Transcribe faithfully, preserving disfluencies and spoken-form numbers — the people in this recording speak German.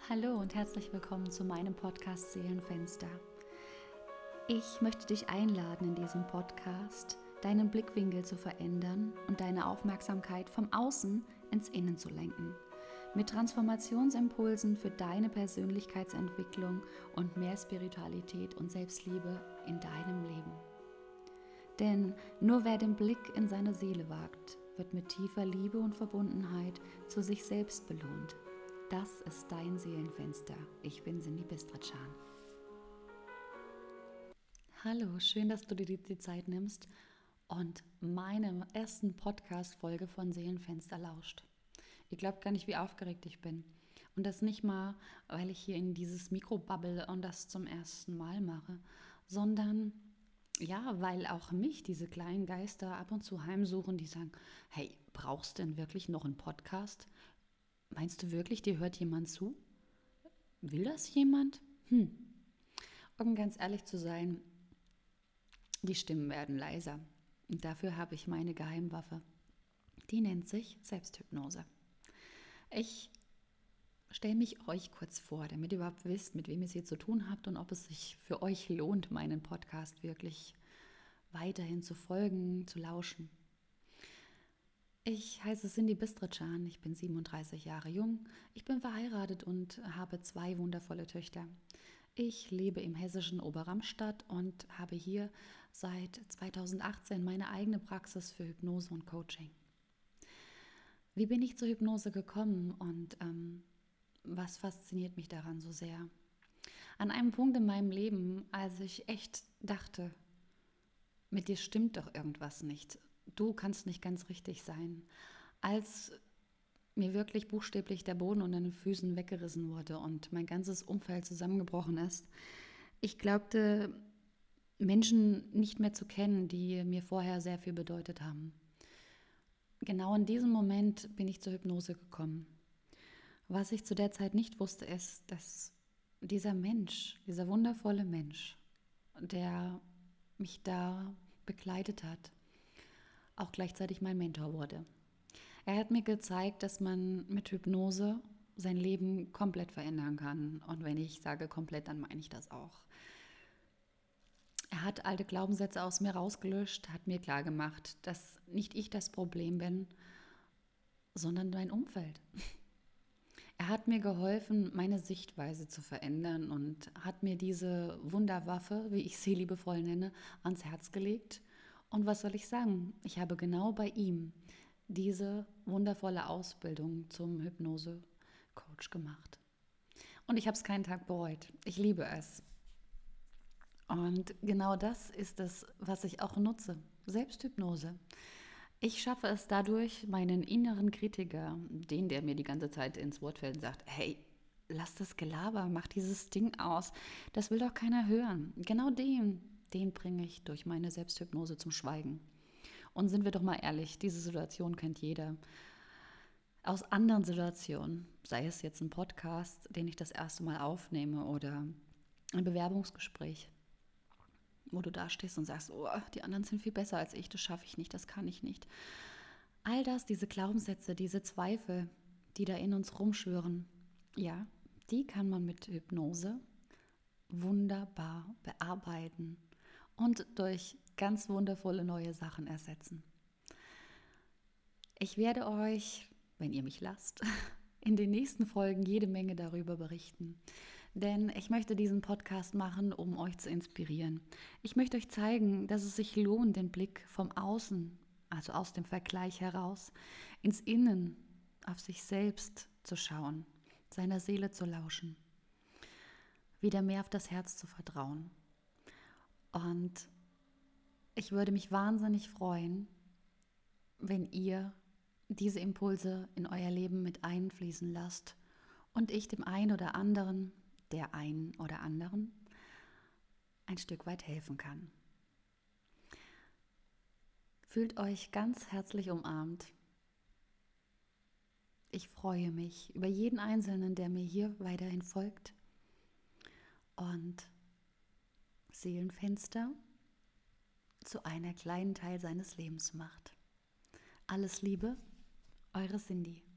Hallo und herzlich willkommen zu meinem Podcast Seelenfenster. Ich möchte dich einladen, in diesem Podcast deinen Blickwinkel zu verändern und deine Aufmerksamkeit vom Außen ins Innen zu lenken. Mit Transformationsimpulsen für deine Persönlichkeitsentwicklung und mehr Spiritualität und Selbstliebe in deinem Leben. Denn nur wer den Blick in seine Seele wagt, wird mit tiefer Liebe und Verbundenheit zu sich selbst belohnt. Das ist dein Seelenfenster. Ich bin Cindy Bistritschan. Hallo, schön, dass du dir die Zeit nimmst und meine ersten Podcast-Folge von Seelenfenster lauscht. Ihr glaubt gar nicht, wie aufgeregt ich bin. Und das nicht mal, weil ich hier in dieses Mikro babbel und das zum ersten Mal mache, sondern ja, weil auch mich diese kleinen Geister ab und zu heimsuchen, die sagen, hey, brauchst du denn wirklich noch einen Podcast? Meinst du wirklich, dir hört jemand zu? Will das jemand? Hm. Um ganz ehrlich zu sein, die Stimmen werden leiser. Und dafür habe ich meine Geheimwaffe. Die nennt sich Selbsthypnose. Ich stelle mich euch kurz vor, damit ihr überhaupt wisst, mit wem ihr es hier zu tun habt und ob es sich für euch lohnt, meinen Podcast wirklich weiterhin zu folgen, zu lauschen. Ich heiße Cindy Bistritschan, ich bin siebenunddreißig Jahre jung, ich bin verheiratet und habe zwei wundervolle Töchter. Ich lebe im hessischen Oberramstadt und habe hier seit zweitausendachtzehn meine eigene Praxis für Hypnose und Coaching. Wie bin ich zur Hypnose gekommen und ähm, was fasziniert mich daran so sehr? An einem Punkt in meinem Leben, als ich echt dachte, mit dir stimmt doch irgendwas nicht. Du kannst nicht ganz richtig sein. Als mir wirklich buchstäblich der Boden unter den Füßen weggerissen wurde und mein ganzes Umfeld zusammengebrochen ist, ich glaubte, Menschen nicht mehr zu kennen, die mir vorher sehr viel bedeutet haben. Genau in diesem Moment bin ich zur Hypnose gekommen. Was ich zu der Zeit nicht wusste, ist, dass dieser Mensch, dieser wundervolle Mensch, der mich da begleitet hat, auch gleichzeitig mein Mentor wurde. Er hat mir gezeigt, dass man mit Hypnose sein Leben komplett verändern kann. Und wenn ich sage komplett, dann meine ich das auch. Er hat alte Glaubenssätze aus mir rausgelöscht, hat mir klargemacht, dass nicht ich das Problem bin, sondern mein Umfeld. Er hat mir geholfen, meine Sichtweise zu verändern und hat mir diese Wunderwaffe, wie ich sie liebevoll nenne, ans Herz gelegt. Und was soll ich sagen? Ich habe genau bei ihm diese wundervolle Ausbildung zum Hypnose-Coach gemacht. Und ich habe es keinen Tag bereut. Ich liebe es. Und genau das ist es, was ich auch nutze. Selbsthypnose. Ich schaffe es dadurch, meinen inneren Kritiker, den, der mir die ganze Zeit ins Wort fällt und sagt, hey, lass das Gelaber, mach dieses Ding aus, das will doch keiner hören. Genau den, den bringe ich durch meine Selbsthypnose zum Schweigen. Und sind wir doch mal ehrlich, diese Situation kennt jeder. Aus anderen Situationen, sei es jetzt ein Podcast, den ich das erste Mal aufnehme oder ein Bewerbungsgespräch, wo du da stehst und sagst, oh, die anderen sind viel besser als ich, das schaffe ich nicht, das kann ich nicht. All das, diese Glaubenssätze, diese Zweifel, die da in uns rumschwirren, ja, die kann man mit Hypnose wunderbar bearbeiten und durch ganz wundervolle neue Sachen ersetzen. Ich werde euch, wenn ihr mich lasst, in den nächsten Folgen jede Menge darüber berichten. Denn ich möchte diesen Podcast machen, um euch zu inspirieren. Ich möchte euch zeigen, dass es sich lohnt, den Blick vom Außen, also aus dem Vergleich heraus, ins Innen, auf sich selbst zu schauen, seiner Seele zu lauschen, wieder mehr auf das Herz zu vertrauen. Und ich würde mich wahnsinnig freuen, wenn ihr diese Impulse in euer Leben mit einfließen lasst und ich dem einen oder anderen, der einen oder anderen, ein Stück weit helfen kann. Fühlt euch ganz herzlich umarmt. Ich freue mich über jeden Einzelnen, der mir hier weiterhin folgt und Seelenfenster zu einer kleinen Teil seines Lebens macht. Alles Liebe, eure Cindy.